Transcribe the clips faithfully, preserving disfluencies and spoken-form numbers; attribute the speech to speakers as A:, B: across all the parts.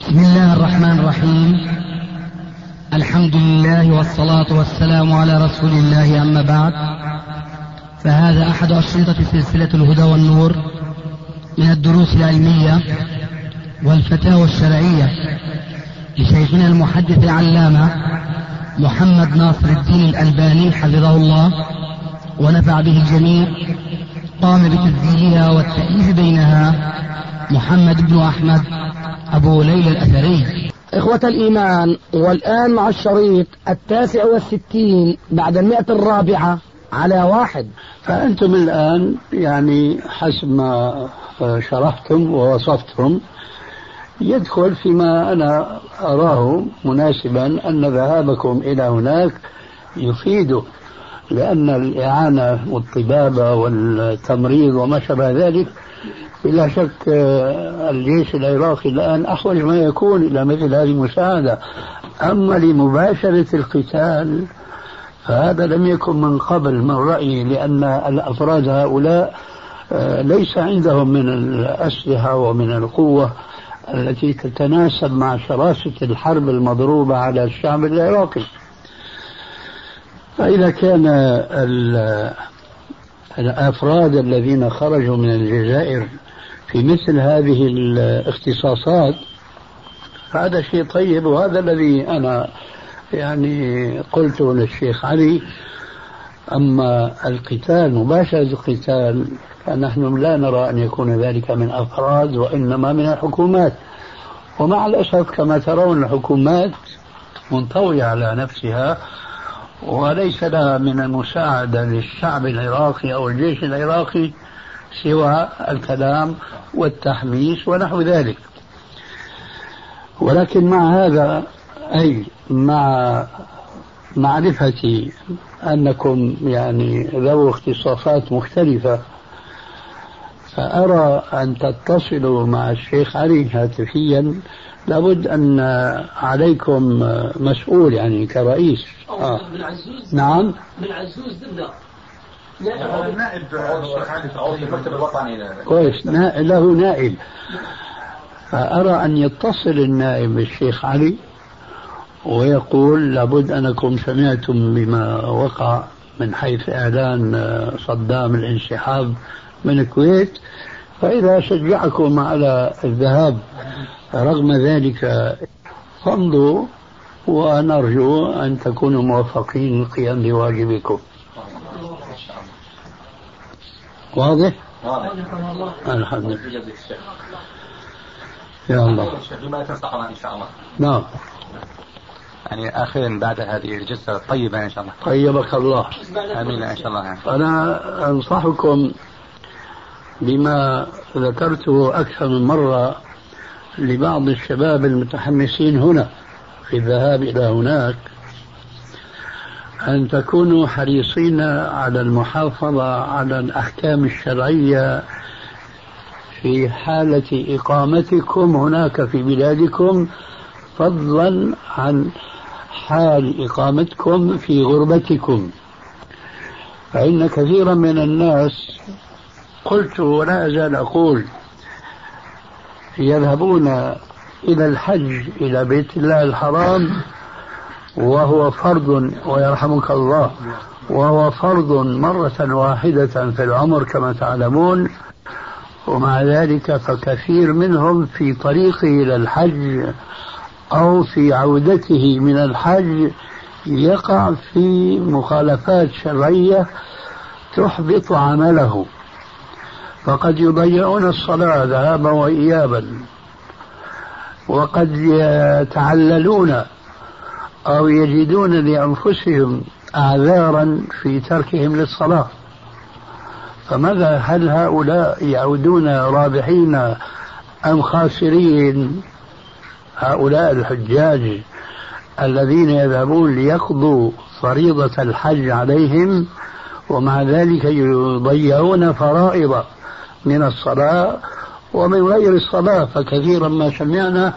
A: بسم الله الرحمن الرحيم. الحمد لله والصلاة والسلام على رسول الله، أما بعد، فهذا أحد أشرطة سلسلة الهدى والنور من الدروس العلمية والفتاوى الشرعية لشيخنا المحدث العلامة محمد ناصر الدين الألباني حفظه الله ونفع به الجميع. قام بتسجيلها والتأليف بينها محمد بن أحمد أبو ليلى الأثري.
B: إخوة الإيمان، والآن مع الشريط التاسع والستين بعد المئة الرابعة على واحد.
C: فأنتم الآن يعني حسب ما شرحتم ووصفتم يدخل فيما أنا أراه مناسبا أن ذهابكم إلى هناك يفيد، لأن الإعانة والطبابة والتمريض وما شابه ذلك بلا شك الجيش العراقي الآن أحوج ما يكون إلى مثل هذه المساعدة. أما لمباشرة القتال فهذا لم يكن من قبل من رأيي، لأن الأفراد هؤلاء ليس عندهم من الأسلحة ومن القوة التي تتناسب مع شراسة الحرب المضروبة على الشعب العراقي. فإذا كان الأفراد الذين خرجوا من الجزائر في مثل هذه الاختصاصات فهذا شيء طيب، وهذا الذي أنا يعني قلته للشيخ علي. أما القتال، مباشرة القتال، فنحن لا نرى أن يكون ذلك من أفراد وإنما من الحكومات، ومع الأسف كما ترون الحكومات منطوية على نفسها وليس لها من المساعدة للشعب العراقي أو الجيش العراقي سوى الكلام والتحميس ونحو ذلك. ولكن مع هذا، أي مع معرفتي أنكم يعني ذو اختصاصات مختلفة، فأرى أن تتصلوا مع الشيخ علي هاتفيا. لابد أن عليكم مسؤول يعني كرئيس.
B: آه. من عزوز.
C: نعم،
B: من عزوز دمنا
D: نائب الشيخ علي في المكتب الوطني.
C: كويس، له نائب. فأرى أن يتصل النائب بالشيخ علي ويقول لابد أنكم سمعتم بما وقع من حيث إعلان صدام الانسحاب من الكويت، فإذا شجعكم على الذهاب رغم ذلك فامضوا، ونرجو أن تكونوا موفقين للقيام بواجبكم. واضح؟ الحمد لله. يا الله.
D: بما تنصحنا إن شاء الله.
C: نعم.
D: يعني أخيرا بعد هذه الجلسة الطيبة إن شاء الله.
C: طيبك الله.
D: آمين إن شاء الله.
C: أنا أنصحكم بما ذكرته أكثر من مرة لبعض الشباب المتحمسين هنا في الذهاب إلى هناك، أن تكونوا حريصين على المحافظة على الأحكام الشرعية في حالة إقامتكم هناك في بلادكم، فضلا عن حال إقامتكم في غربتكم. فإن كثيرا من الناس، قلت ولا أزال أقول، يذهبون إلى الحج إلى بيت الله الحرام وهو فرض، ويرحمك الله، وهو فرض مرة واحدة في العمر كما تعلمون، ومع ذلك فكثير منهم في طريقه إلى الحج أو في عودته من الحج يقع في مخالفات شرعية تحبط عمله، فقد يضيعون الصلاة ذهابا وإيابا، وقد يتعللون أو يجدون لأنفسهم أعذارا في تركهم للصلاة. فماذا، هل هؤلاء يعودون رابحين أم خاسرين؟ هؤلاء الحجاج الذين يذهبون ليقضوا فريضة الحج عليهم ومع ذلك يضيعون فرائض من الصلاة ومن غير الصلاة. فكثيرا ما سمعنا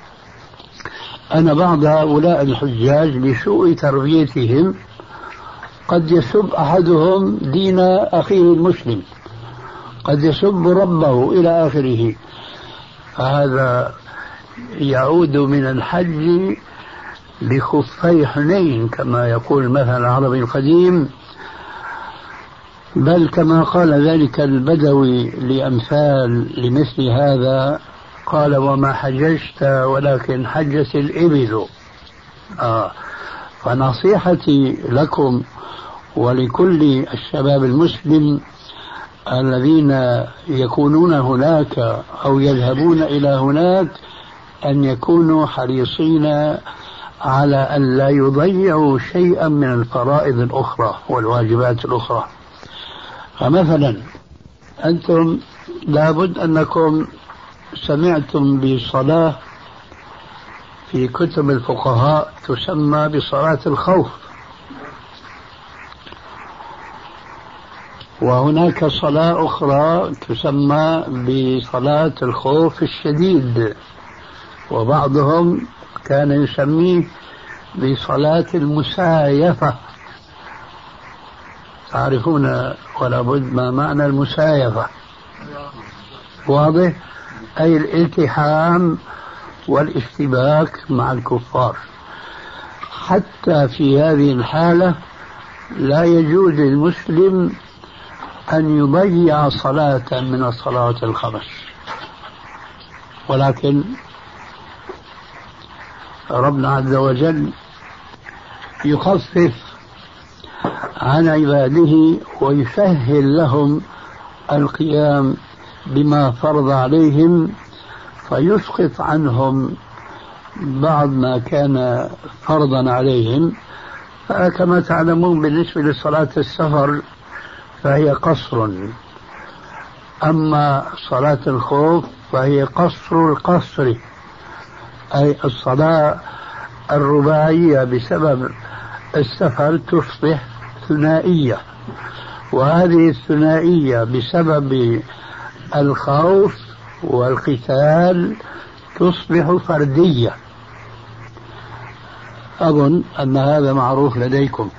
C: أن بعض هؤلاء الحجاج لسوء تربيتهم قد يسب أحدهم دين أخيه المسلم، قد يسب ربه إلى آخره. فهذا يعود من الحج بخفي حنين كما يقول المثل العربي القديم، بل كما قال ذلك البدوي لأمثال لمثل هذا قال: وما حججت ولكن حجت الإبل. آه. فنصيحتي لكم ولكل الشباب المسلم الذين يكونون هناك أو يذهبون إلى هناك أن يكونوا حريصين على أن لا يضيعوا شيئا من الفرائض الأخرى والواجبات الأخرى. فمثلا أنتم لابد أنكم سمعتم بصلاة في كتب الفقهاء تسمى بصلاة الخوف، وهناك صلاة أخرى تسمى بصلاة الخوف الشديد، وبعضهم كان يسميه بصلاة المسايفة. تعرفون ولا بد ما معنى المسايفة؟ واضح؟ أي الالتحام والاشتباك مع الكفار. حتى في هذه الحالة لا يجوز للمسلم أن يضيع صلاة من الصلوات الخمس، ولكن ربنا عز وجل يخفف عن عباده ويسهل لهم القيام بما فرض عليهم، فيسقط عنهم بعض ما كان فرضا عليهم. فكما تعلمون بالنسبة لصلاة السفر فهي قصر، أما صلاة الخوف فهي قصر القصر، أي الصلاة الرباعية بسبب السفر تصبح ثنائية، وهذه الثنائية بسبب الخوف والقتال تصبح فردية. أظن أن هذا معروف لديكم.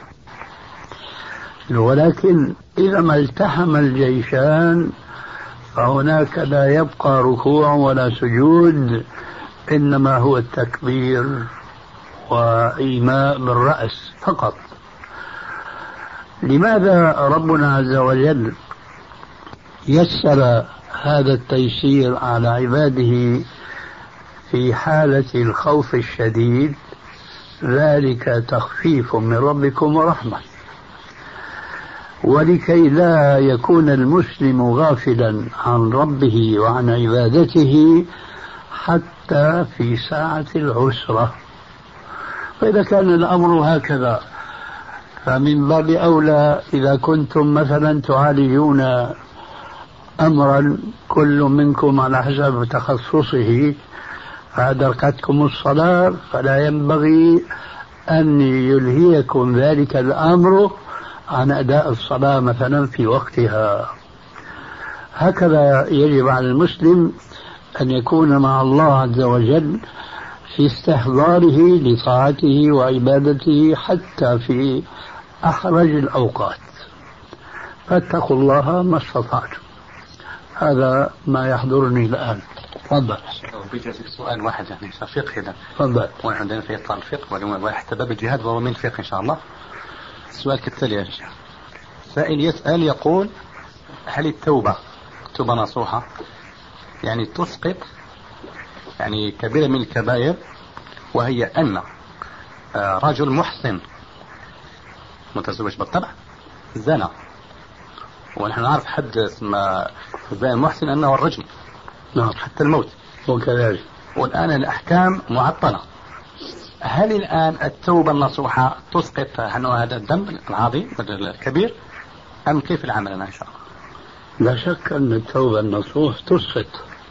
C: ولكن إذا ما التحم الجيشان فهناك لا يبقى ركوع ولا سجود، إنما هو التكبير وإيماء بالرأس فقط. لماذا ربنا عز وجل يسر هذا التيسير على عباده في حالة الخوف الشديد؟ ذلك تخفيف من ربكم ورحمة، ولكي لا يكون المسلم غافلا عن ربه وعن عبادته حتى في ساعة العسرة. فإذا كان الأمر هكذا فمن باب أولى إذا كنتم مثلا تعالجون أمرا كل منكم على حسب تخصصه فأدركتكم الصلاة فلا ينبغي أن يلهيكم ذلك الأمر عن أداء الصلاة مثلا في وقتها. هكذا يجب على المسلم أن يكون مع الله عز وجل في استحضاره لطاعته وعبادته حتى في أحرج الأوقات. فاتقوا الله ما استطعتم. هذا ما يحضرني الآن. تفضل.
D: بيجي سؤال واحد يعني فقه هنا.
C: تفضل.
D: ونحن عندنا في إطار الفقه وحتى باب الجهاد وهو من الفقه إن شاء الله. السؤال كالتالي يا شيخ. سائل يسأل يقول: هل التوبة توبة نصوحة يعني تسقط يعني كبيرة من الكبائر، وهي أن رجل محسن متزوج بالطبع زنى، ونحن نعرف حد اسمه الزاني المحسن أنه الرجم
C: نعم
D: حتى الموت
C: وكذلك،
D: والآن الأحكام معطلة. هل الآن التوبة النصوحة تسقط هذا الذنب العظيم الكبير أم كيف العمل إن شاء الله؟
C: لا شك أن التوبة النصوح تسقط.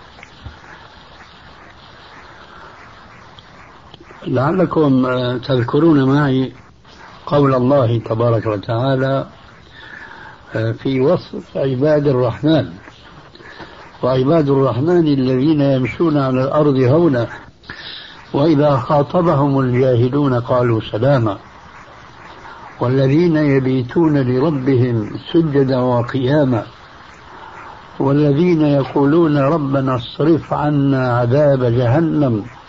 C: لعلكم تذكرون معي قول الله تبارك وتعالى في وصف عباد الرحمن: وعباد الرحمن الذين يمشون على الأرض هونا وإذا خاطبهم الجاهلون قالوا سلاما والذين يبيتون لربهم سجدا وقياما والذين يقولون ربنا اصرف عنا عذاب جهنم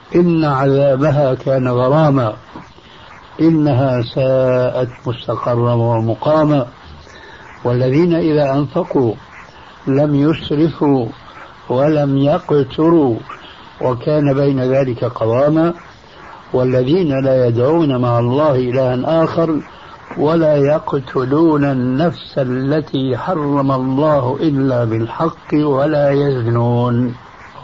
C: إن عذابها كان غراما إنها ساءت مستقرا ومقاما والذين إذا أنفقوا لم يسرفوا ولم يقتروا وكان بين ذلك قواما والذين لا يدعون مع الله إلها آخر ولا يقتلون النفس التي حرم الله إلا بالحق ولا يزنون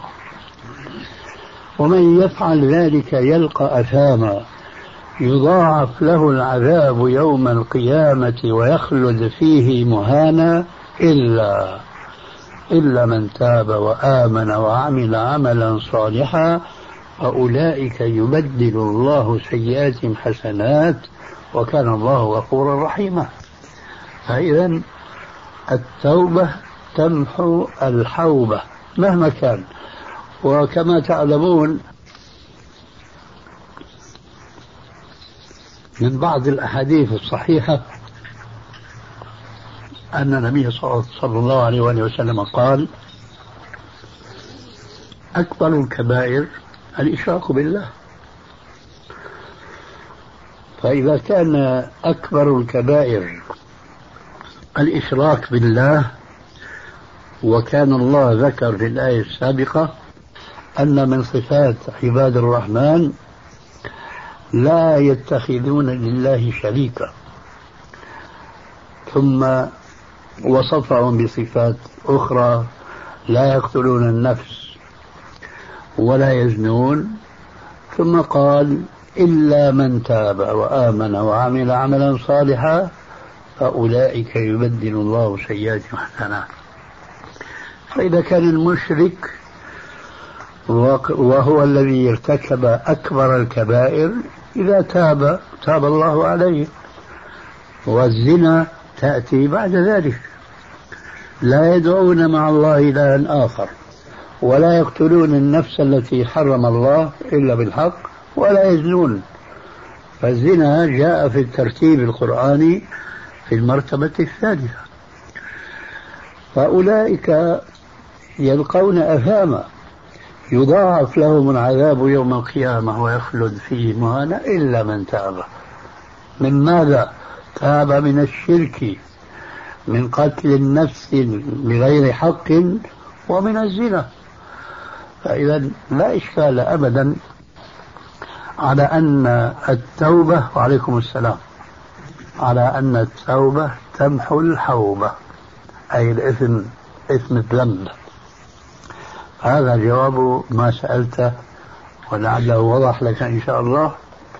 C: ومن يفعل ذلك يلقى أثاما يضاعف له العذاب يوم القيامة ويخلد فيه مهانا إلا إلا من تاب وآمن وعمل عملا صالحا فأولئك يبدل الله سيئاتهم حسنات وكان الله غفورا رحيما. فإذا التوبة تمحو الحوبة مهما كان. وكما تعلمون من بعض الأحاديث الصحيحة أن النبي صلى الله عليه وآله وسلم قال أكبر الكبائر الإشراك بالله. فإذا كان أكبر الكبائر الإشراك بالله وكان الله ذكر في الآية السابقة أن من صفات عباد الرحمن لا يتخذون لله شريكا ثم وصفهم بصفات أخرى لا يقتلون النفس ولا يزنون ثم قال إلا من تاب وآمن وعمل عملا صالحا فأولئك يبدل الله سيئاتهم حسنات. فإذا كان المشرك وهو الذي ارتكب أكبر الكبائر إذا تاب تاب الله عليه والزنا تأتي بعد ذلك لا يدعون مع الله إلها آخر ولا يقتلون النفس التي حرم الله إلا بالحق ولا يزنون. فالزنا جاء في الترتيب القرآني في المرتبة الثالثة. فأولئك يلقون أثاما يضاعف لهم العذاب يوم القيامة ويخلد فيه مهانا إلا من تاب. من ماذا؟ تاب من الشرك من قتل النفس بغير حق ومن الزنا. فإذا لا إشكال أبدا على أن التوبة وعليكم السلام على أن التوبة تمحو الحوبة أي الإثم إثم الذنب. هذا جواب ما سألته ولعله وضح لك إن شاء الله.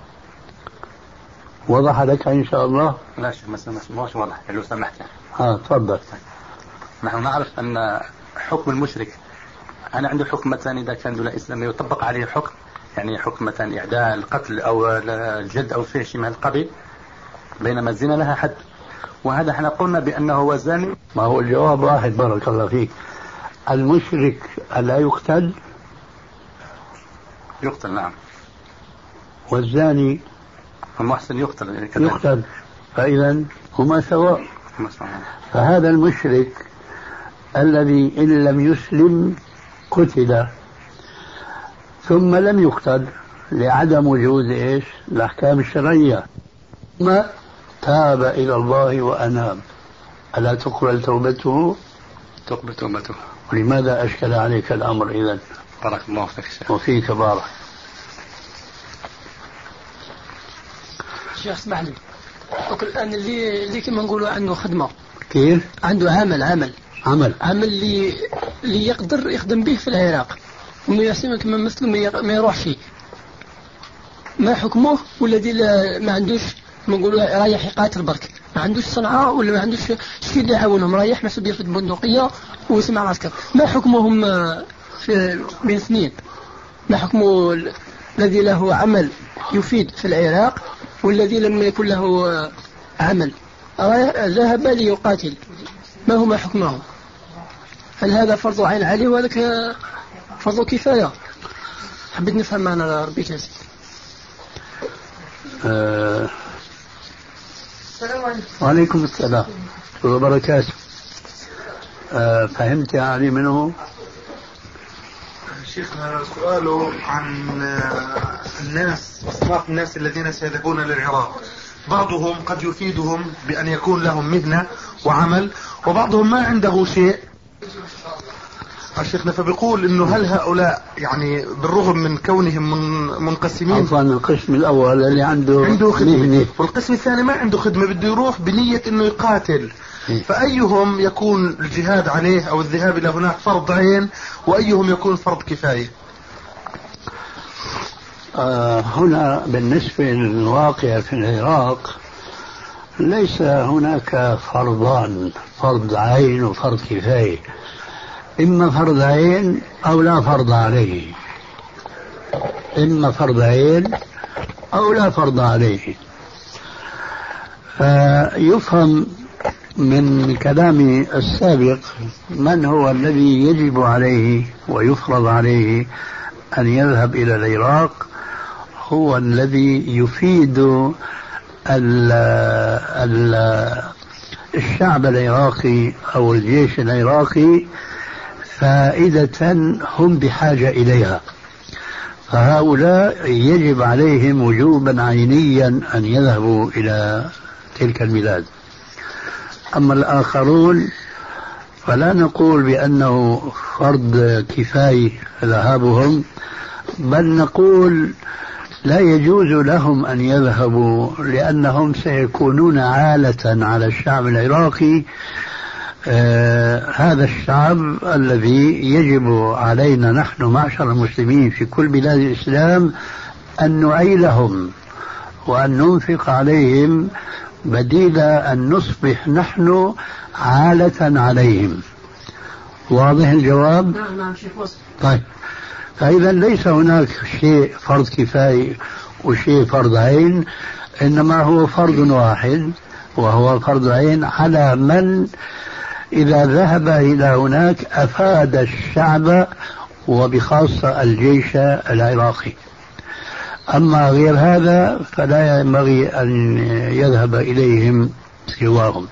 C: وضح لك إن شاء الله.
D: لا شيء مثلا مش واضح لو سمحت.
C: اه تفضل.
D: نحن نعرف أن حكم المشرك أنا عنده حكم مثلا إذا كان دون إسلام يطبق عليه حكم يعني حكم مثلا إعداء القتل أو الجلد أو شيء من القبيل بينما الزنا لها حد. وهذا احنا قلنا بأنه هو زاني.
C: ما هو الجواب واحد بارك الله فيك. المشرك ألا يقتل؟
D: يقتل نعم.
C: والزاني
D: المحسن يقتل
C: يقتل. فإذا هما سواء. فهذا المشرك الذي إن لم يسلم قتل ثم لم يقتل لعدم وجود إيش الأحكام الشرعية ثم تاب إلى الله وأناب ألا تقبل توبته؟
D: تقبل توبته.
C: ولماذا أشكل عليك الأمر إذن؟
D: بارك الله فيك شيخ.
C: وفيك بارك.
B: شيخ اسمح لي الآن اللي اللي كما نقولوا عنده خدمة
C: كيف؟
B: عنده عمل عمل
C: عمل
B: عمل اللي اللي يقدر يخدم به في العراق وما يسمى كما مثله ما يروحش ما حكمه والذي ما عندوش ما نقولوا رايح يقاتل برك ما عندوش صنعاء ولا ما عندوش شيء اللي يعاونهم رايح مسؤول يرفد بندقية ويسمع العسكر ما حكمهم في بين سنين ما حكمه الذي له عمل يفيد في العراق والذي لم يكن له عمل ذهب ليقاتل ما هو ما حكمه؟ هل هذا فرض عين عليه وذاك فرض كفاية؟ حبيت نفهم معنا ربي كاسي.
C: أه
B: السلام عليكم.
C: وعليكم السلام وبركاته. أه فهمت يعني منه؟
E: شيخنا سؤاله عن الناس، أصناف الناس الذين سيذهبون للعراق. بعضهم قد يفيدهم بأن يكون لهم مهنة وعمل، وبعضهم ما عنده شيء. الشيخنا فبيقول انه هل هؤلاء يعني بالرغم من كونهم من منقسمين،
C: عفوا القسم الاول اللي عنده
E: عنده خدمة
C: مهنة،
E: والقسم الثاني ما عنده خدمة بده يروح بنية انه يقاتل، فأيهم يكون الجهاد عليه او الذهاب الى هناك فرض عين، وايهم يكون فرض كفاية؟
C: آه هنا بالنسبة للواقع في العراق ليس هناك فرضان، فرض عين وفرض كفاية. إما فرض عين أو لا فرض عليه، إما فرض عين أو لا فرض عليه. فيفهم من كلامي السابق من هو الذي يجب عليه ويفرض عليه أن يذهب إلى العراق. هو الذي يفيد ال ال الشعب العراقي أو الجيش العراقي فائدة هم بحاجة إليها، فهؤلاء يجب عليهم وجوبا عينيا أن يذهبوا إلى تلك البلاد. أما الآخرون فلا نقول بأنه فرض كفاية ذهابهم، بل نقول لا يجوز لهم أن يذهبوا لأنهم سيكونون عالة على الشعب العراقي. آه هذا الشعب الذي يجب علينا نحن معشر المسلمين في كل بلاد الإسلام أن نعيلهم وأن ننفق عليهم بديل أن نصبح نحن عالة عليهم. واضح الجواب؟
B: نعم نعم شيخ وصل.
C: طيب، فإذا ليس هناك شيء فرض كفاية وشيء فرض عين، إنما هو فرض واحد وهو فرض عين على من إذا ذهب إلى هناك أفاد الشعب وبخاصة الجيش العراقي. أما غير هذا فلا ينبغي أن يذهب إليهم سواهم.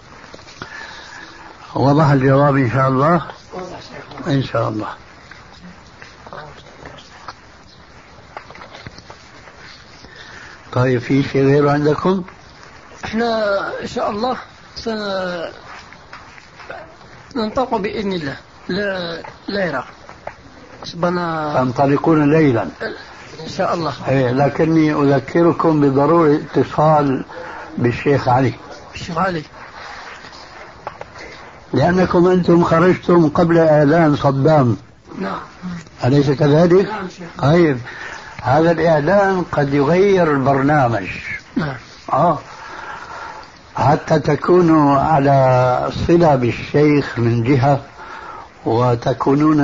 C: وضح الجواب إن شاء الله؟ إن شاء الله. طيب، في شيء غيره عندكم؟
B: احنا ان شاء الله سننطلق باذن الله لا لا يرى سبنا
C: تنطلقون ليلا
B: ان شاء الله.
C: إيه، لكني اذكركم بضروره اتصال بالشيخ علي.
B: الشيخ علي
C: لانكم انتم خرجتم قبل اعلان صدام.
B: نعم.
C: اليس كذلك؟
B: نعم شيخ.
C: طيب، هذا الاعلان قد يغير البرنامج.
B: نعم.
C: اه حتى تكونوا على صلة بالشيخ من جهة، وتكونون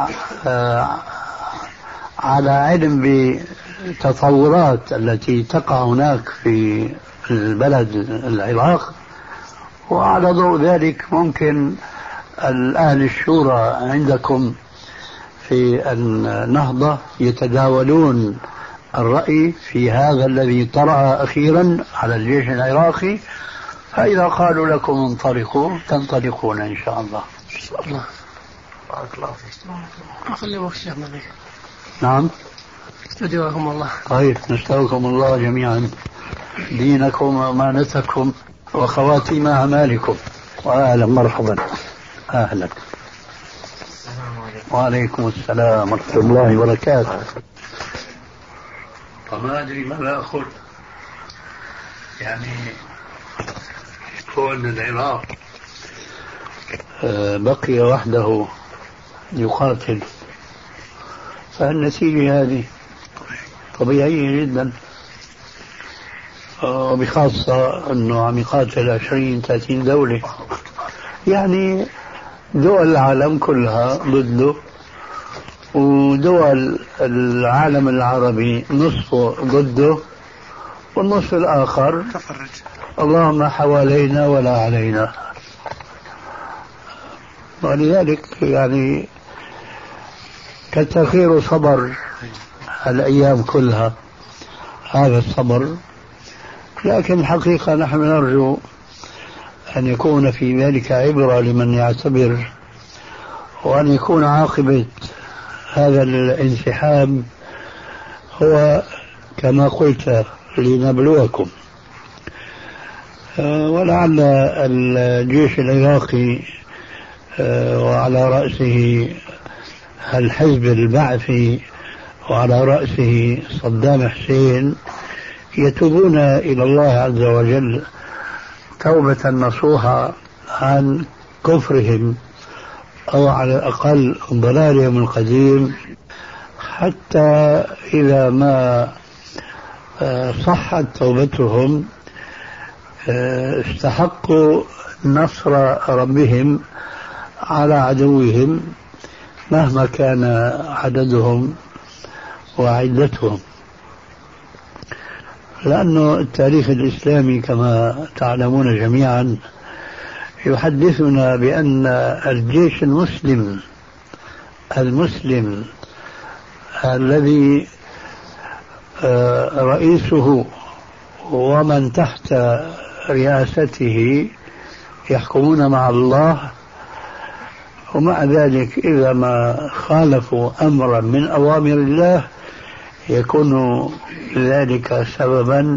C: على علم بالتطورات التي تقع هناك في البلد العراق، وعلى ضوء ذلك ممكن الأهل الشورى عندكم في النهضة يتداولون الرأي في هذا الذي طرأ أخيرا على الجيش العراقي، فإذا قالوا لكم انطلقوا تنطلقون إن شاء الله.
B: إن شاء الله. بارك الله فيك. أخلي وقت شيخنا لك.
C: نعم.
B: استودعكم الله.
C: طيب، نستودعكم الله جميعا دينكم وأمانتكم وخواتيم أعمالكم. وأهلا مرحبا. أهلا. وعليكم السلام ورحمة الله وبركاته. فما أدري ماذا أقول. يعني كون العراق بقي وحده يقاتل، فالنتيجة هذه طبيعية جدا، وبخاصة أنه عم يقاتل عشرين ثلاثين دولة، يعني دول العالم كلها ضده، ودول العالم العربي نصفه ضده، والنصف الآخر اللهم حوالينا ولا علينا. ولذلك يعني كتر خير صبر الأيام كلها هذا الصبر، لكن الحقيقة نحن نرجو أن يكون في ذلك عبرة لمن يعتبر، وأن يكون عاقبة هذا الانسحاب هو كما قلت لنبلوكم، ولعل الجيش العراقي وعلى رأسه الحزب البعثي وعلى رأسه صدام حسين يتوبون إلى الله عز وجل توبة نصوحة عن كفرهم أو على الأقل ضلالهم القديم، حتى إذا ما صحت توبتهم استحقوا نصر ربهم على عدوهم مهما كان عددهم وعدتهم. لأن التاريخ الإسلامي كما تعلمون جميعا يحدثنا بأن الجيش المسلم المسلم الذي رئيسه ومن تحت رئاسته يحكمون مع الله، ومع ذلك إذا ما خالفوا أمرا من أوامر الله يكون ذلك سببا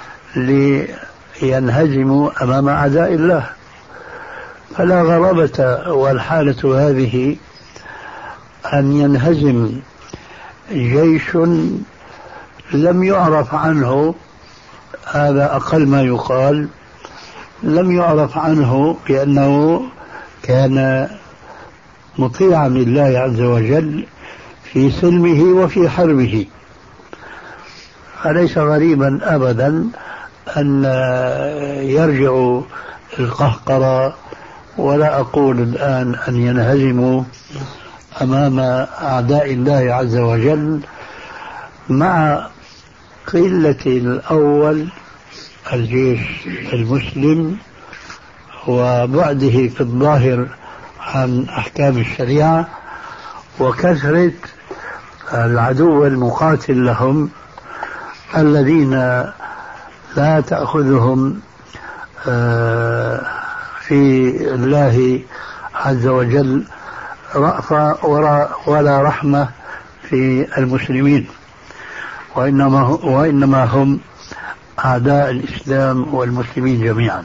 C: لينهزموا أمام أعداء الله. فلا غرابة والحالة هذه أن ينهزم جيش لم يعرف عنه، هذا أقل ما يقال، لم يعرف عنه بأنه كان مطيعا لله عز وجل في سلمه وفي حربه. فليس غريبا أبدا أن يرجعوا القهقرة، ولا أقول الآن أن ينهزموا أمام أعداء الله عز وجل، مع قلة الأول الجيش المسلم وبعده في الظاهر عن أحكام الشريعة وكثرة العدو المقاتل لهم الذين لا تأخذهم في الله عز وجل رأفة ولا رحمة في المسلمين، وإنما, وإنما هم أعداء الإسلام والمسلمين جميعا.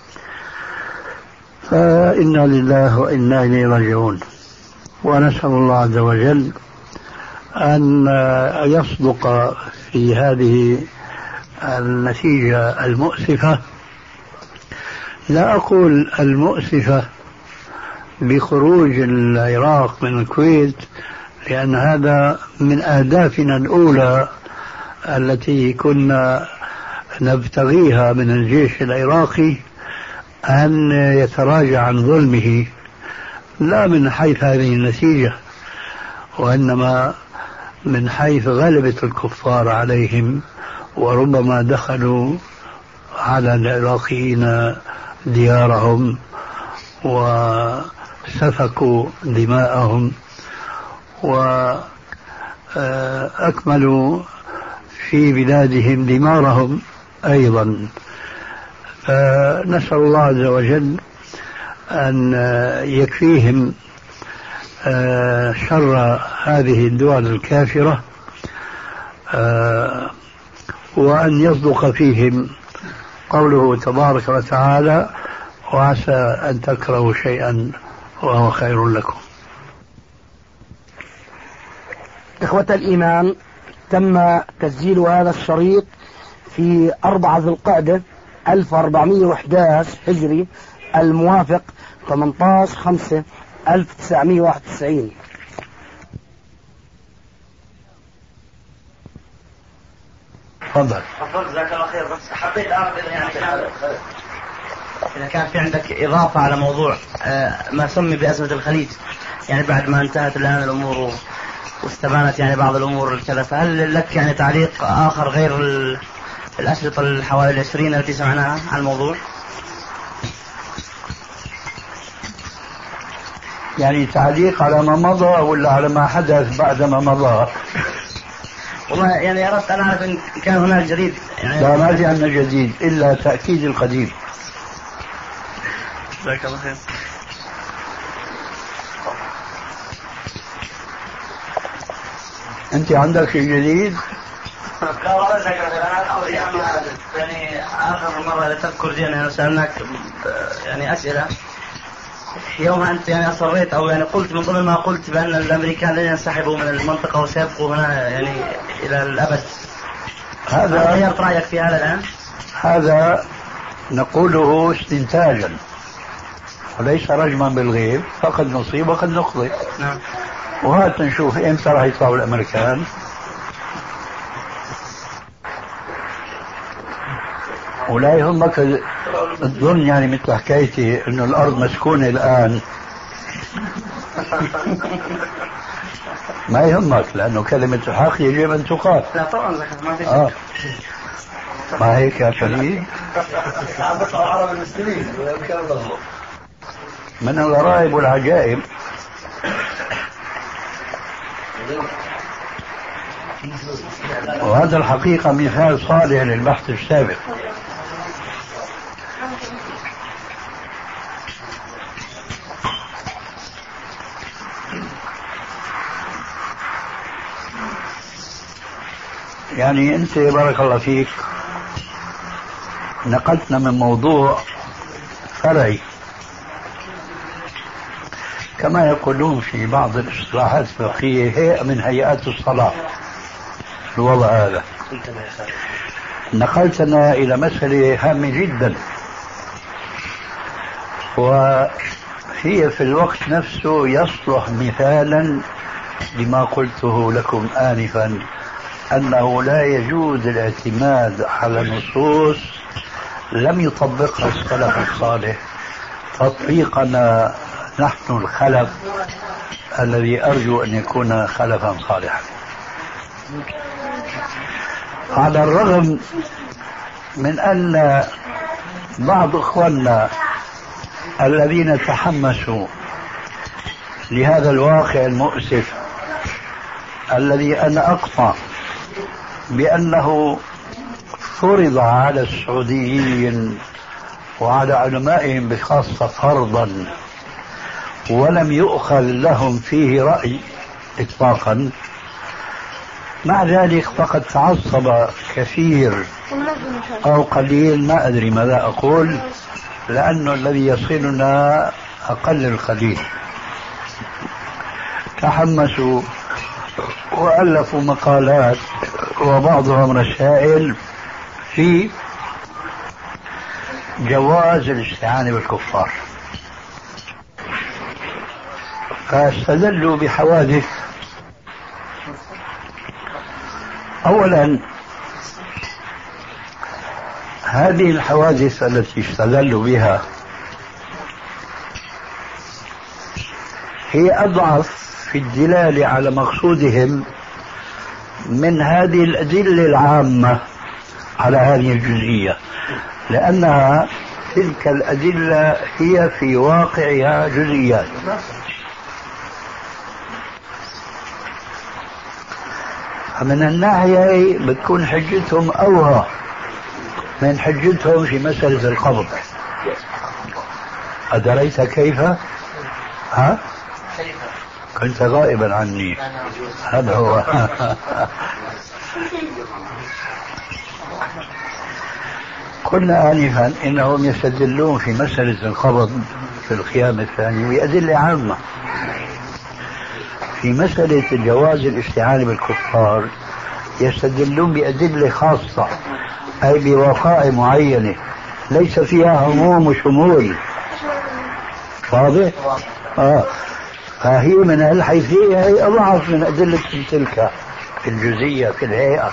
C: فإنا لله وإنا إليه راجعون، ونسأل الله عز وجل أن يصدق في هذه النتيجة المؤسفة. لا أقول المؤسفة بخروج العراق من الكويت، لأن هذا من أهدافنا الأولى التي كنا نبتغيها من الجيش العراقي، أن يتراجع عن ظلمه، لا من حيث هذه النتيجة، وإنما من حيث غلبة الكفار عليهم، وربما دخلوا على العراقيين ديارهم وسفكوا دماءهم وأكملوا في بلادهم دمارهم أيضا. فنسأل الله عز وجل أن يكفيهم شر هذه الدول الكافرة، وأن يصدق فيهم قوله تبارك وتعالى: وعسى أن تكرهوا شيئا وهو خير لكم.
A: إخوة الإيمان، تم تسجيل هذا الشريط في أربعة ذي القعدة ألف وأربعمائة وأحد عشر هجري، الموافق ثمانية عشر خمسة ألف وتسعمائة وواحد وتسعين.
C: تفضل.
F: تفضل، جزاك الله خير. بس حبيت أعرف يعني كان إذا كان في عندك إضافة على موضوع ما سمي بأزمة الخليج، يعني بعد ما انتهت الآن الأمور واستبانت يعني بعض الأمور كذا، فهل لك يعني تعليق آخر غير الأشرطة الحوالي العشرين التي سمعناها عن الموضوع؟
C: يعني تعليق على ما مضى ولا على ما حدث بعد ما مضى؟
F: والله يعني أردت أن أعرف إن كان هناك جديد يعني.
C: لا، ما في عندنا جديد إلا تأكيد القديم.
F: جزاك الله خير.
C: أنت عندك شيء جديد؟
F: لا والله ذكرت أنا يعني آخر مرة تذكر جينا سألناك يعني أسئلة يوم أنت يعني أصريت أو يعني قلت من ضمن ما قلت بأن الأمريكان لن ينسحبوا من المنطقة وسيبقوا هنا يعني إلى الأبد. هذا غيرت رأيك في هذا الآن؟
C: هذا نقوله استنتاجا وليس رجما بالغيب، فقد نصيب وقد نخطئ.
F: نعم.
C: وهات نشوف امتى راح يطلعوا الامريكان. ولا يهمك تظن يعني مثل حكايتي انه الارض مسكونه الان. ما يهمك لانه كلمه الحق يجب ان تقال.
F: لا طبعا ما في
C: آه. ما هيك يا فريد؟ من الغرائب والعجائب وهذا الحقيقة مثال صالح للبحث السابق. يعني أنت بارك الله فيك نقلتنا من موضوع فرعي كما يقولون في بعض الاصطلاحات الفقهية هيئة من هيئات الصلاة. الوضع هذا نقلتنا إلى مسألة هامة جدا، وهي في الوقت نفسه يصلح مثالا لما قلته لكم آنفا، أنه لا يجوز الاعتماد على نصوص لم يطبقها السلف الصالح تطبيقنا نحن الخلف الذي أرجو أن يكون خلفا صالحا. على الرغم من أن بعض إخواننا الذين تحمسوا لهذا الواقع المؤسف الذي أنا أقطع بأنه فرض على السعوديين وعلى علمائهم بخاصة فرضا ولم يؤخذ لهم فيه رأي إطلاقا، مع ذلك فقد تعصب كثير أو قليل، ما أدري ماذا أقول، لأنه الذي يصلنا أقل القليل، تحمسوا وألفوا مقالات وبعضهم رسائل في جواز الاستعانة بالكفار، فاستدلوا بحوادث. أولا هذه الحوادث التي استدلوا بها هي أضعف في الدلالة على مقصودهم من هذه الأدلة العامة على هذه الجزئية، لأنها تلك الأدلة هي في واقعها جزئيات. فمن الناحية بتكون حجتهم أوهى من حجتهم في مسألة القبض. أدريت كيف؟ ها؟ كنت غائبا عني، هذا هو. قلنا آنفا إنهم يستدلون في مسألة القبض في القيام الثاني بأدلة عامة. في مسألة جواز الاستعانة بالكفار يستدلون بأدلة خاصة، أي بوقائع معينة ليس فيها عموم وشمول. واضح؟ آه. فهي من الحيثية هي أضعف من أدلة تلك في الجزئية في الهيئة.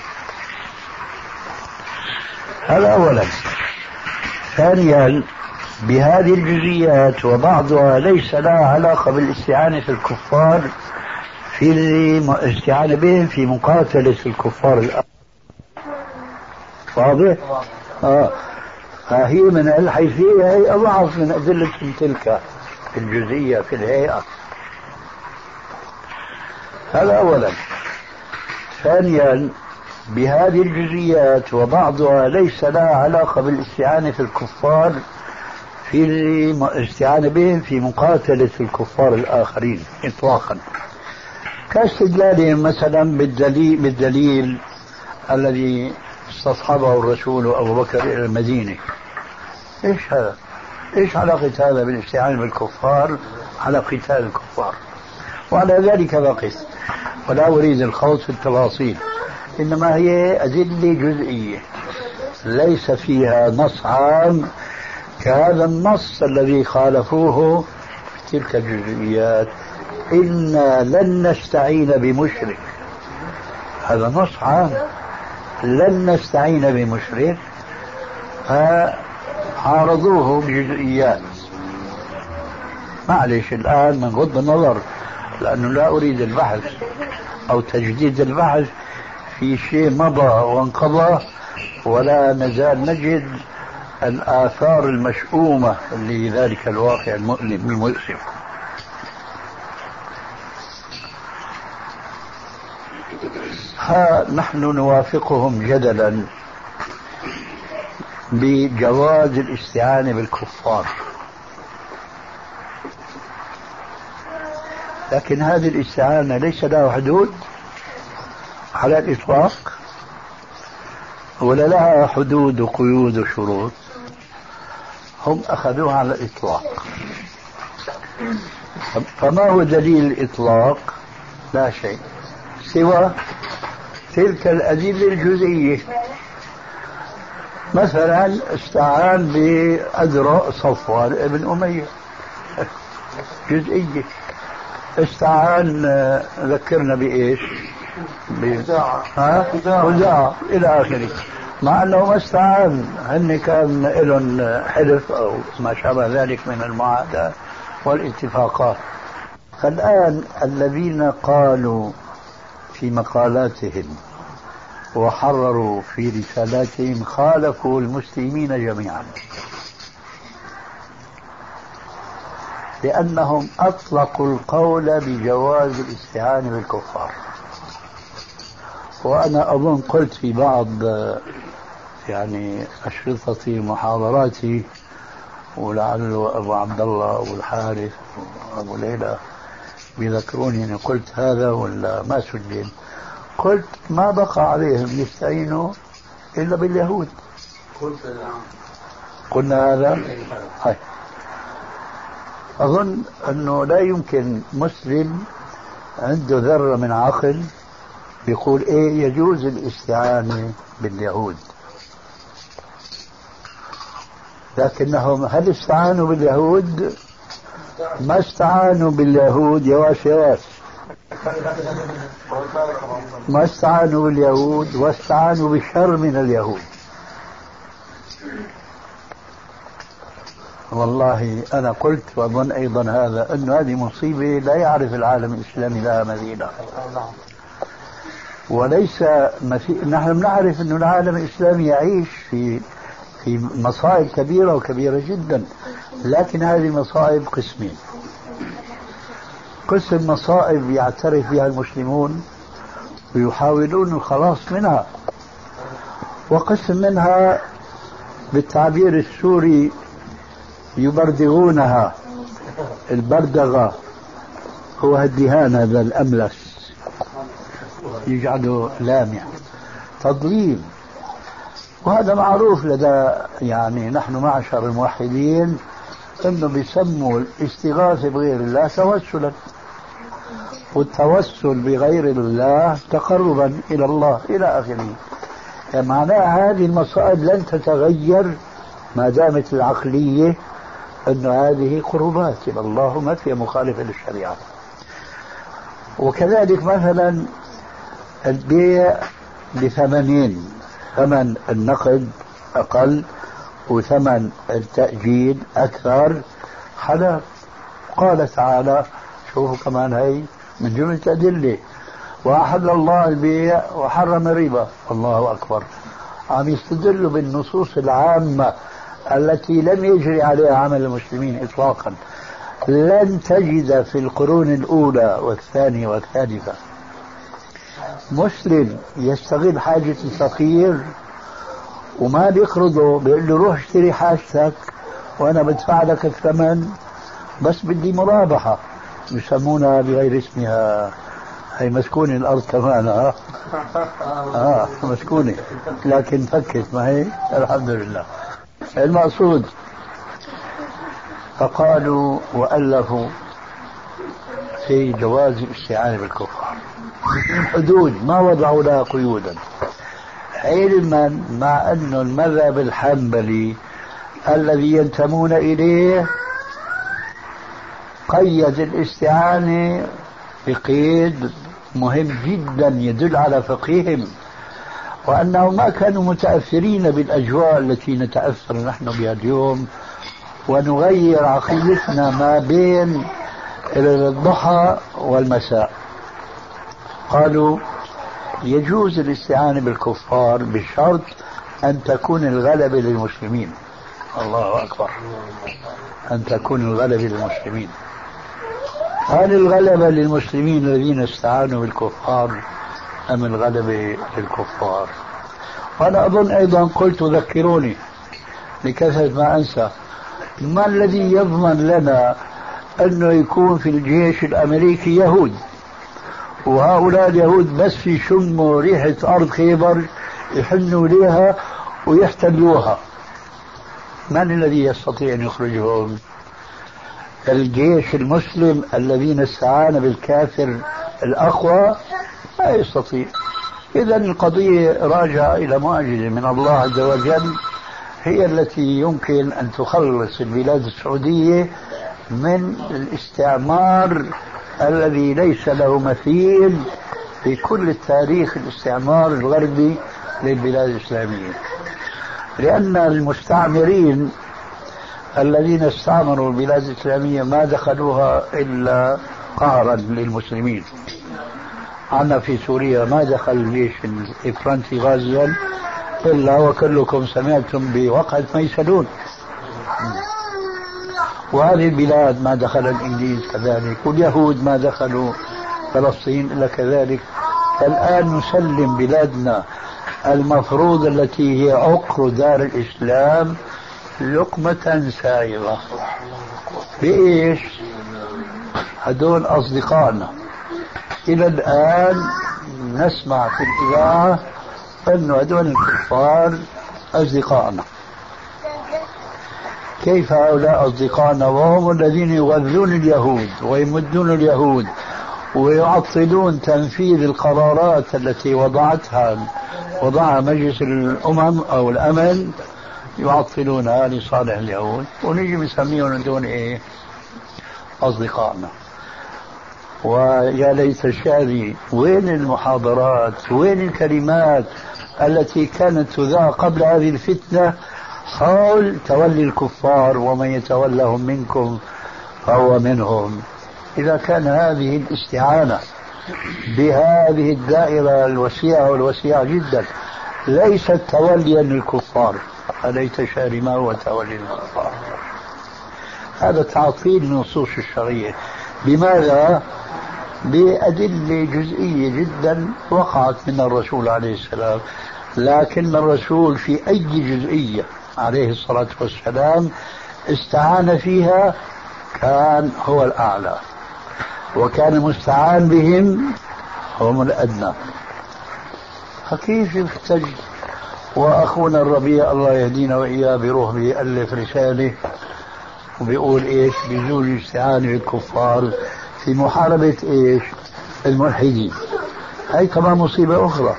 C: هذا أولا. ثانيا بهذه الجزئيات وبعضها ليس لها علاقة بالاستعانة في الكفار في الاستعانة بهم في مقاتلة الكفار الآن. واضح؟ آه. فهي من الحيثية هي أضعف من أدلة تلك في الجزئية في الهيئة. هذا أولا. ثانيا بهذه الجزئيات وبعضها ليس لها علاقة بالاستعانة في الكفار في الاستعانة بهم في مقاتلة الكفار الآخرين إطلاقا، كاستدلالهم مثلا بالدليل, بالدليل الذي استصحبه الرسول أبو بكر إلى المدينة. إيش هذا؟ إيش علاقة هذا بالاستعانة بالكفار على قتال الكفار؟ وعلى ذلك بقيت، ولا أريد الخوض في التفاصيل، إنما هي أدلة جزئية ليس فيها نص عام كهذا النص الذي خالفوه في تلك الجزئيات. إنا لن نستعين بمشرك، هذا نص عام، لن نستعين بمشرك، فعارضوه بجزئيات. معلش الآن من غض النظر، لأنه لا أريد البحث أو تجديد البحث في شيء مضى وانقضى، ولا نزال نجد الآثار المشؤومة لذلك الواقع المؤلم المؤسف. ها نحن نوافقهم جدلا بجواز الاستعانة بالكفار، لكن هذه الاستعانة ليس لها حدود على الإطلاق، ولا لها حدود وقيود وشروط. هم أخذوها على الإطلاق. فما هو دليل الإطلاق؟ لا شيء سوى تلك الأدلة الجزئية. مثلا استعان بأذرع صفوان ابن أمية، جزئية. استعان ذكرنا بإيش؟ خزاعة إلى آخره، مع أنه ما استعان، هن كان لهم حلف أو ما شابه ذلك من المعاهدات والاتفاقات. فالآن الذين قالوا في مقالاتهم وحرروا في رسالاتهم خالفوا المسلمين جميعا، لأنهم أطلقوا القول بجواز الاستعانة بالكفار. وأنا أظن قلت في بعض يعني أشرطتي محاضراتي، ولعله أبو عبد الله أبو الحارث وأبو ليلى بيذكروني أني قلت هذا ولا ما سجل. قلت ما بقى عليهم يستعينوا إلا باليهود. قلنا هذا. هاي. أظن أنه لا يمكن مسلم عنده ذرة من عقل يقول إيه يجوز الاستعانة باليهود، لكنهم هل استعانوا باليهود؟ ما استعانوا باليهود يواش يواش، ما استعانوا باليهود، واستعانوا بالشر من اليهود. والله أنا قلت وأظن أيضا هذا أن هذه مصيبة لا يعرف العالم الإسلامي لها مثيلا. وليس مثي... نحن نعرف أن العالم الإسلامي يعيش في في مصائب كبيرة وكبيرة جدا، لكن هذه المصائب قسمين. قسم مصائب يعترف بها المسلمون ويحاولون الخلاص منها، وقسم منها بالتعبير السوري يبردغونها. البردغة هو الدهان هذا الأملس يجعله لامع، تضليل. وهذا معروف لدى يعني نحن معشر الموحدين انه بيسموا الاستغاثة بغير الله توسلا، والتوسل بغير الله تقربا الى الله الى اخره. يعني معناها هذه المصائب لن تتغير ما دامت العقلية انه هذه قربات الى الله ما فيها مخالفة للشريعة. وكذلك مثلا البيع بثمنين، ثمن النقد أقل وثمن التأجيل أكثر، حلال. قال تعالى، شوفوا كمان هي من جملة أدلة، وأحل الله البيع وحرم الربا. الله أكبر. عم يستدلوا بالنصوص العامة التي لم يجري عليها عمل المسلمين إطلاقا. لن تجد في القرون الأولى والثانية والثالثة مسلم يستغل حاجة الفقير وما بيقرضه، بيقول له روح اشتري حاجتك وأنا بدفع لك الثمن، بس بدي مرابحة، يسمونها بغير اسمها. هي مسكونة الأرض كمان. ها آه مسكونة لكن فكت ما هي الحمد لله. المقصود فقالوا وألفوا في جواز الاستعانة بالكفار من حدود ما وضعوا لها قيودا، علما مع أن المذهب الحنبلي الذي ينتمون إليه قيد الاستعانة بقيد مهم جدا يدل على فقههم، وأنهم ما كانوا متأثرين بالأجواء التي نتأثر نحن بها اليوم ونغير عقيدتنا ما بين الضحى والمساء. قالوا يجوز الاستعانة بالكفار بشرط أن تكون الغلبة للمسلمين. الله أكبر، أن تكون الغلبة للمسلمين. هل الغلبة للمسلمين الذين استعانوا بالكفار أم الغلبة للكفار؟ وأنا أظن أيضا قلت ذكروني لكثرة ما أنسى، ما الذي يضمن لنا أنه يكون في الجيش الأمريكي يهود وهؤلاء اليهود بس يشموا ريحة أرض خيبر يحنوا لها ويحتلوها؟ من الذي يستطيع أن يخرجهم؟ الجيش المسلم الذين استعان بالكافر الأقوى لا يستطيع. إذا القضية راجعة إلى معجزة من الله عز وجل هي التي يمكن أن تخلص البلاد السعودية من الاستعمار الذي ليس له مثيل في كل التاريخ، الاستعمار الغربي للبلاد الإسلامية. لأن المستعمرين الذين استعمروا البلاد الإسلامية ما دخلوها إلا قهرا للمسلمين. عنا في سوريا ما دخل الجيش الفرنسي غازيا إلا وكلكم سمعتم بوقعة ميسلون، وهذه البلاد ما دخل الإنجليز كذلك، واليهود ما دخلوا فلسطين إلا كذلك. فالآن نسلم بلادنا المفروض التي هي عقر دار الإسلام لقمة سائغة. بإيش؟ هدول أصدقائنا. إلى الآن نسمع في الإذاعة أن هدول الكفار أصدقائنا. كيف هؤلاء أصدقائنا وهم الذين يغذون اليهود ويمدون اليهود ويعطلون تنفيذ القرارات التي وضعتها وضعها مجلس الأمم أو الأمن، يعطلونها لصالح اليهود، ونجي نسميهم دون إيه؟ أصدقائنا. ويا ليت شعري وين المحاضرات، وين الكلمات التي كانت تذاع قبل هذه الفتنة حول تولي الكفار ومن يتولهم منكم فهو منهم. إذا كان هذه الاستعانة بهذه الدائرة الوسيعة والوسيعة جدا ليست توليا للكفار، أليت شعري ما هو تولي الكفار؟ هذا تعطيل النصوص الشرعية. بماذا؟ بأدلة جزئية جدا وقعت من الرسول عليه السلام، لكن الرسول في أي جزئية عليه الصلاة والسلام استعان فيها كان هو الأعلى، وكان مستعان بهم هم الأدنى. فكيف يحتج وأخونا الربيع الله يهدينا وإياه بروح بيألف رسالة وبيقول إيش؟ بيجوز الاستعانة بالكفار في محاربة إيش؟ الملحدين. هاي كمان مصيبة أخرى.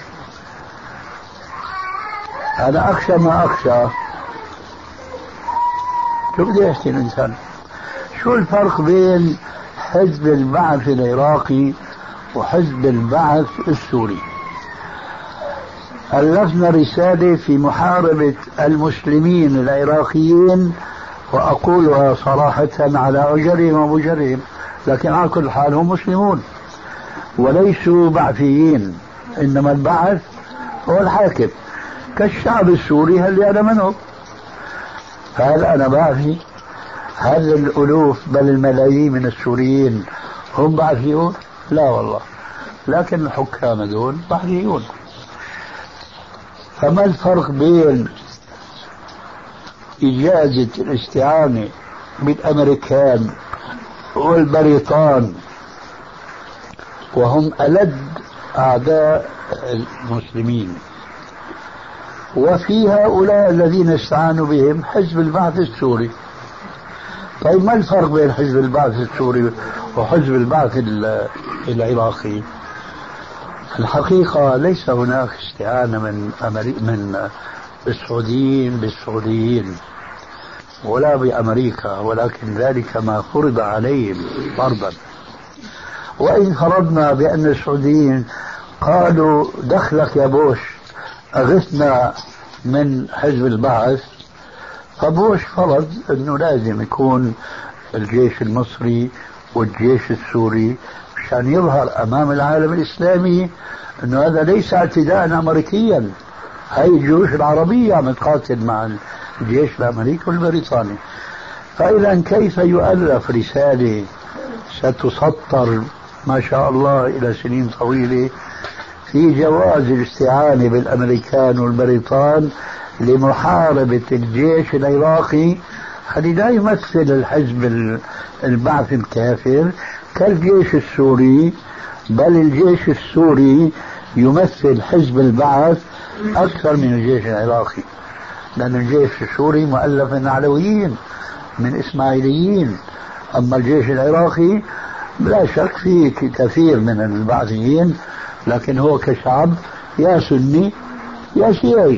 C: أنا أخشى ما أخشى. شو بدي أحكي الإنسان؟ شو الفرق بين حزب البعث العراقي وحزب البعث السوري؟ ألفنا رسالة في محاربة المسلمين العراقيين، وأقولها صراحة على أجرهم ومجرهم، لكن على كل حال هم مسلمون وليسوا بعثيين، إنما البعث هو الحاكم كالشعب السوري هل أنا منهم. هل أنا بعثي؟ هل الألوف بل الملايين من السوريين هم بعثيون؟ لا والله، لكن الحكام دول بعثيون. فما الفرق بين إجازة الاستعانة بالأمريكان والبريطان وهم ألد أعداء المسلمين. وفي هؤلاء الذين استعانوا بهم حزب البعث السوري. طيب ما الفرق بين حزب البعث السوري وحزب البعث العراقي؟ الحقيقة ليس هناك استعانة من من السعوديين بالسعوديين ولا بأمريكا، ولكن ذلك ما فرض عليهم فرضا. وإن فرضنا بأن السعوديين قالوا دخلك يا بوش أغثنا من حزب البعث، فبوش فرض أنه لازم يكون الجيش المصري والجيش السوري مشان يظهر أمام العالم الإسلامي أنه هذا ليس اعتداء أمريكيا، هاي الجيوش العربية عم تقاتل مع الجيش الأمريكي والبريطاني. فإذا كيف يؤلف رسالة ستسطر ما شاء الله إلى سنين طويلة في جواز الاستعانة بالأمريكان والبريطان لمحاربة الجيش العراقي الذي لا يمثل الحزب البعث الكافر كالجيش السوري، بل الجيش السوري يمثل حزب البعث أكثر من الجيش العراقي، لأن الجيش السوري مؤلف من علويين من إسماعيليين، أما الجيش العراقي لا شك فيه كثير من البعثيين، لكن هو كشعب يا سني يا شيعي.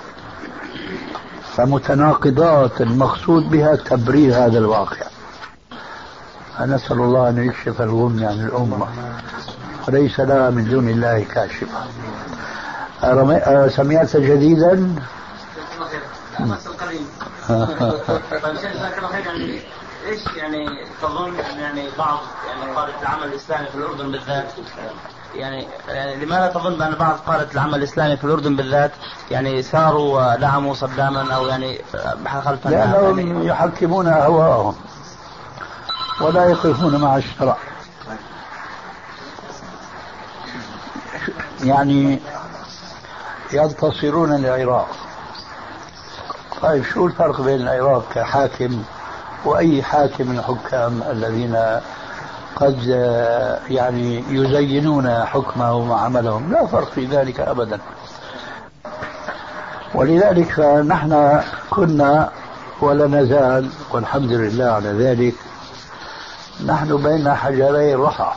C: فمتناقضات المقصود بها تبرير هذا الواقع. نسأل الله أن يكشف الغم عن الأمة وليس لها من دون الله كاشفة. سمعت جديدا
F: ايش يعني تظن يعني بعض يعني قادة العمل الاسلامي في الاردن بالذات يعني, يعني لماذا تظن بان بعض قادة العمل الاسلامي في الاردن بالذات يعني ساروا ودعموا صداما او يعني خلف
C: لانهم يعني يحكمون اهواءهم ولا يقفون مع الشرع. يعني ينتصرون للعراق. طيب شو الفرق بين العراق كحاكم وأي حاكم من الحكام الذين قد يعني يزينون حكمه وعملهم؟ لا فرق في ذلك أبدا. ولذلك نحن كنا ولا نزال والحمد لله على ذلك نحن بين حجري الرحى.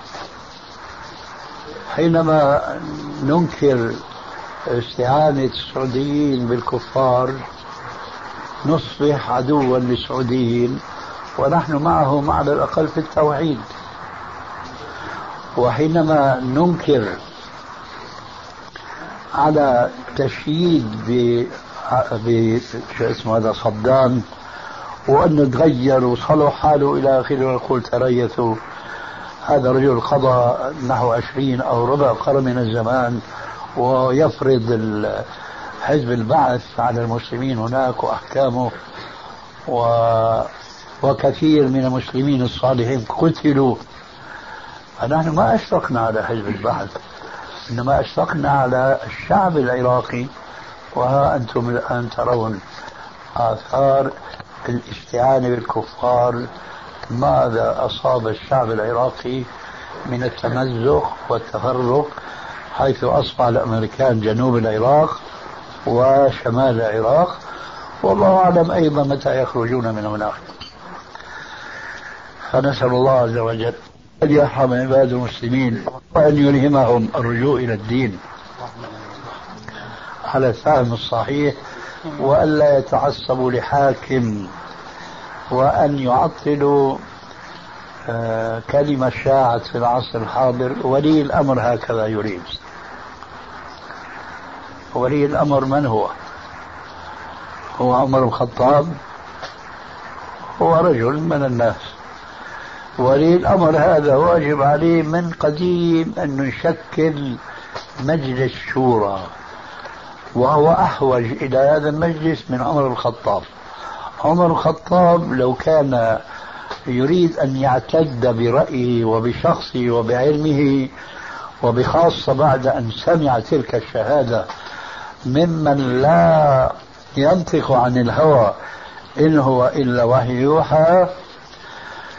C: حينما ننكر استعانة السعوديين بالكفار نصبح عدوا للسعوديين ونحن معهم على الأقل في التوحيد. وحينما ننكر على تشييد ب شو اسمه هذا صدام وأنه تغير وصلوا حاله إلى آخره ونقول تريثوا، هذا رجل قضى نحو عشرين أو ربع قرن من الزمان ويفرض حزب البعث على المسلمين هناك وأحكامه و... وكثير من المسلمين الصالحين قتلوا. فنحن ما أشفقنا على حزب البعث، إنما أشفقنا على الشعب العراقي. وها أنتم الآن ترون آثار الاستعانة بالكفار، ماذا أصاب الشعب العراقي من التمزق والتفرق، حيث أصبح الأمريكان جنوب العراق وشمال العراق، والله أعلم أيضا متى يخرجون من هناك. فنسأل الله عز وجل أن يرحم عباد المسلمين وأن يلهمهم الرجوع إلى الدين على الفهم الصحيح، وأن لا يتعصبوا لحاكم، وأن يعطلوا آه كلمة شاعت في العصر الحاضر ولي الأمر هكذا يريد. ولي الأمر من هو؟ هو عمر الخطاب، هو رجل من الناس. ولي الأمر هذا واجب عليه من قديم أن يشكل مجلس شورى، وهو أحوج إلى هذا المجلس من عمر الخطاب. عمر الخطاب لو كان يريد أن يعتد برأيه وبشخصه وبعلمه، وبخاصة بعد أن سمع تلك الشهادة ممن لا ينطق عن الهوى إن هو إلا وحي يوحى،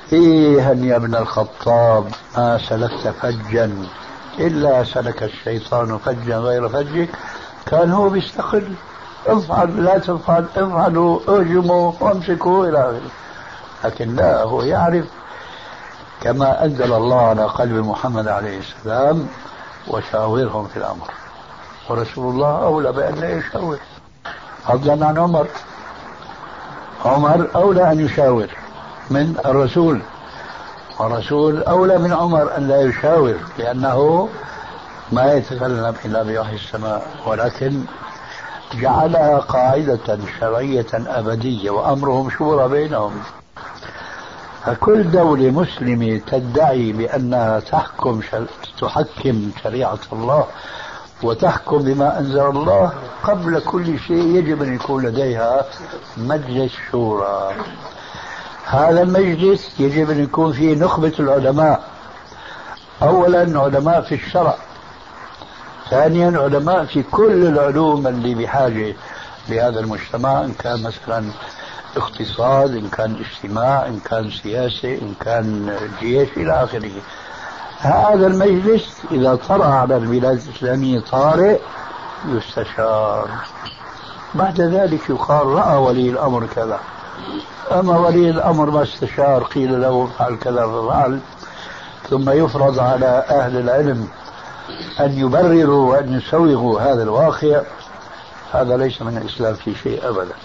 C: إيه يا ابن الخطاب ما سلكت فجا إلا سلك الشيطان فجا غير فجك، كان هو بيستقل، افعل لا تفعل، افعلوا اهجموا وامسكوا إلى آخره. لكن لا، هو يعرف كما أنزل الله على قلب محمد عليه السلام وشاورهم في الأمر، ورسول الله أولى بأن لا يشاور، فضلا عن عمر. عمر أولى أن يشاور من الرسول، والرسول أولى من عمر أن لا يشاور، لأنه ما يتكلم إلا بوحي السماء، ولكن جعلها قاعدة شرعية أبدية وأمرهم شورى بينهم. فكل دولة مسلمة تدعي بأنها تحكم شر... تحكم شريعة الله وتحكم بما أنزل الله، قبل كل شيء يجب أن يكون لديها مجلس شورى. هذا المجلس يجب أن يكون فيه نخبة العلماء، أولا علماء في الشرع، ثانيا علماء في كل العلوم اللي بحاجة لهذا المجتمع، إن كان مثلا اقتصاد، إن كان اجتماع، إن كان سياسة، إن كان جيش إلى آخره. هذا المجلس إذا طرأ على البلاد الإسلامية طارئ يستشار، بعد ذلك يقال رأى ولي الأمر كذا. أما ولي الأمر ما استشار، قيل له فعل كذا ففعل، ثم يفرض على أهل العلم أن يبرروا وأن يسوغوا هذا الواقع، هذا ليس من الإسلام في شيء أبدا.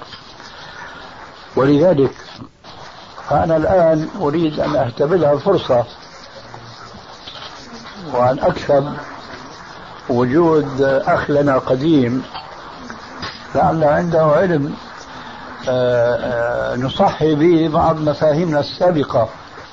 C: ولذلك أنا الآن أريد أن أهتبلها الفرصة وأن أكسب وجود أخ لنا قديم لعل عنده علم نصحي به بعض مفاهيمنا السابقة.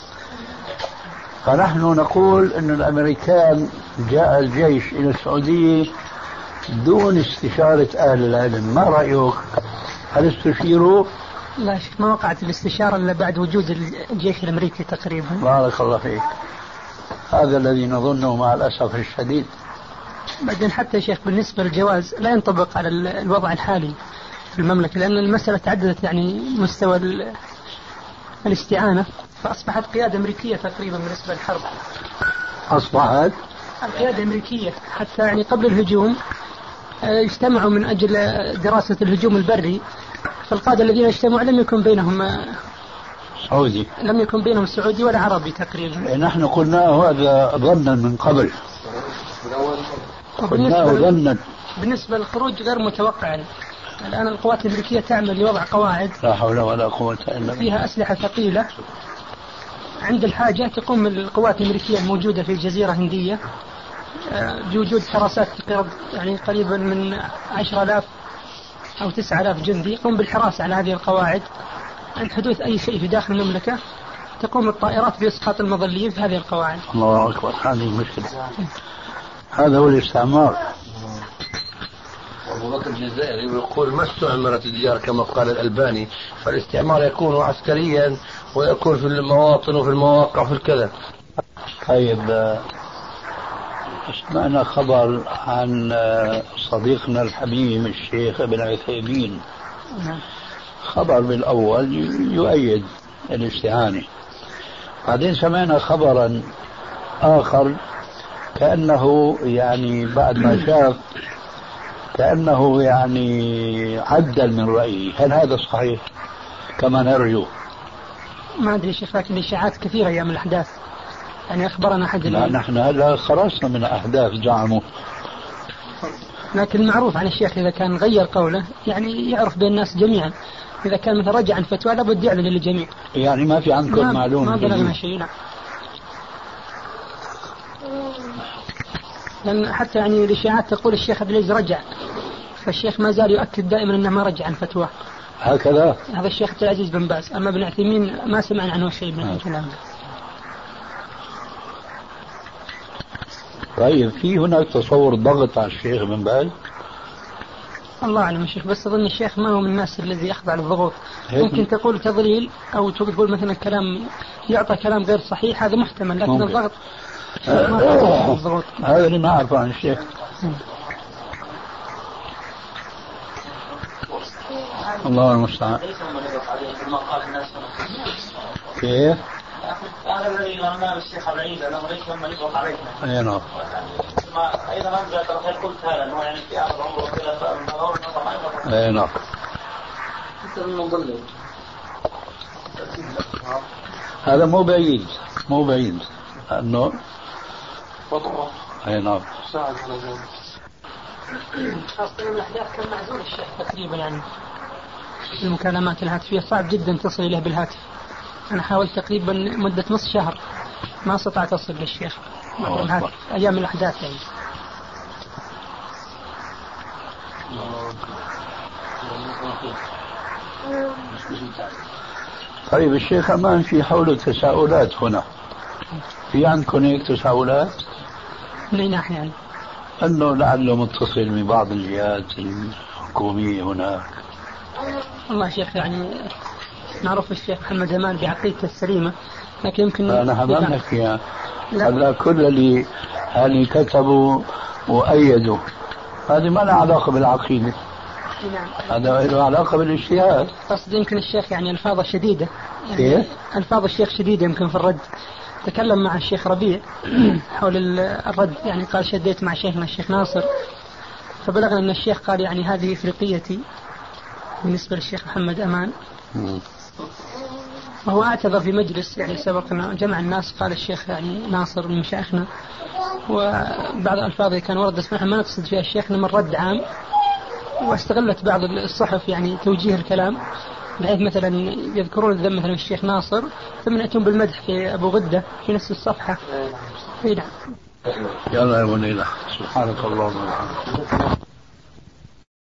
C: فنحن نقول أن الأمريكان جاء الجيش إلى السعودية دون استشارة أهل العلم، ما رأيك؟ هل استشيروا؟
B: لا شيخ، ما وقعت الاستشارة إلا بعد وجود الجيش الأمريكي تقريبا.
C: بارك الله فيك، هذا الذي نظنه مع الأسف الشديد.
B: بعدين حتى شيخ بالنسبة للجواز لا ينطبق على الوضع الحالي في المملكة، لأن المسألة تعددت يعني مستوى الاستعانة، فأصبحت قيادة أمريكية تقريبا بالنسبة للحرب.
C: أصبحت
B: القيادة الأمريكية حتى يعني قبل الهجوم اجتمعوا من أجل دراسة الهجوم البري، فالقادة الذين اجتمعوا لم يكن بينهم
C: سعودي،
B: لم يكن بينهم سعودي ولا عربي تقريبا.
C: نحن قلناه هذا ظنا من قبل، قلناه ظنا.
B: بالنسبة للخروج غير متوقع. الآن القوات الأمريكية تعمل لوضع قواعد
C: لا حول ولا قوة إلا بالله
B: فيها أسلحة ثقيلة، عند الحاجة تقوم القوات الأمريكية الموجودة في الجزيرة الهندية بوجود حراسات يعني قريبا من عشرة آلاف أو تسعة آلاف جندي يقوم بالحراسة على هذه القواعد. عند حدوث أي شيء في داخل المملكة تقوم الطائرات بإسقاط المظليين في هذه القواعد.
C: الله أكبر، هذه مشكلة، هذا هو الاستعمار.
G: أبو بكر الجزائري يقول ما استعمرت الديار كما قال الألباني، فالاستعمار يكون عسكريا ويكون في المواطن وفي المواقع وفي الكذا.
C: طيب، سمعنا خبر عن صديقنا الحبيب الشيخ ابن عثيمين، خبر بالأول يؤيد الاستعانة، بعدين سمعنا خبرا آخر كأنه يعني بعد ما شاف كأنه يعني عدل من رأيه. هل هذا صحيح كما نرجو؟
B: ما أدري شيخ، لكن الإشاعات كثيرة أيام الأحداث، يعني أخبرنا أحد.
C: لا نحن هلا خرجنا من أحداث زعموا،
B: لكن المعروف عن الشيخ إذا كان غير قوله يعني يعرف بين الناس جميعا، إذا كان مثلا رجع عن فتوى لابد يعلن للجميع.
C: يعني ما في عندكم معلومة؟
B: ما بلغنا شيء. لا، لأن حتى يعني الإشاعات تقول الشيخ عبد العزيز رجع، فالشيخ ما زال يؤكد دائما أنه ما رجع عن فتوى.
C: هكذا
B: هذا الشيخ عبد العزيز بن باز. أما ابن عثيمين ما سمعنا عنه شيء من الكلام.
C: طيب، في هناك تصور ضغط على الشيخ بن باز؟
B: الله أعلم يا شيخ، بس أظن الشيخ ما هو من الناس الذي يخضع للضغوط. ممكن تقول تضليل أو تقول مثلا كلام يعطى كلام غير صحيح، هذا محتمل، لكن ممكن. الضغط
C: ما هذا اللي ما أعرفه عن الشيخ. الله المستعان. كيف؟
H: هذا الذي ظنناه الشيخ العيد انه ليس ممن يطلق علينا.
C: اي نعم.
H: ثم ايضا انت قلت هذا انه يعني في اخر عمره وكذا فالنظر طبعا.
C: اي نعم. هذا مو بعيد مو بعيد انه اي نعم.
B: خاصة من الأحداث كان معزول الشيخ تقريبا يعني المكالمات الهاتفية صعب جدا تصل إليه بالهاتف. أنا حاولت تقريبا مدة نص شهر ما استطعت أصل للشيخ بالهاتف أيام الأحداث يعني.
C: طيب الشيخ أمان في حوله تساؤلات هنا، في عندكم هيك تساؤلات؟
B: من ناحية يعني؟
C: أنه لعله متصل ببعض الجهات الحكومية هناك.
B: والله شيخ يعني نعرف الشيخ محمد أمان بعقيدته السليمة، لكن يمكن
C: أنا حمامك فيها هذا كل اللي يعني كتبوا وأيدوا هذه ما لها علاقة بالعقيدة.
B: نعم.
C: هذا له علاقة بالاجتهاد.
B: قصد يمكن الشيخ يعني ألفاظه شديدة يعني
C: إيه؟
B: ألفاظ الشيخ شديدة يمكن في الرد. تكلم مع الشيخ ربيع حول الرد يعني قال شديت مع شيخنا الشيخ ناصر، فبلغنا أن الشيخ قال يعني هذه إفريقيتي بالنسبة للشيخ محمد أمان. وهو اعتذر في مجلس يعني سبقنا جمع الناس، قال الشيخ يعني ناصر من مشايخنا وبعض الألفاظ كان ورد اسمها ما نقصد فيها الشيخ من رد عام، واستغلت بعض الصحف يعني توجيه الكلام بحيث مثلا يذكرون الذم مثلا الشيخ ناصر ثم يأتون بالمدح في أبو غدة في نفس الصفحة. نعم.
C: يلا يا ابو ليلى سبحانك اللهم وبحمدك.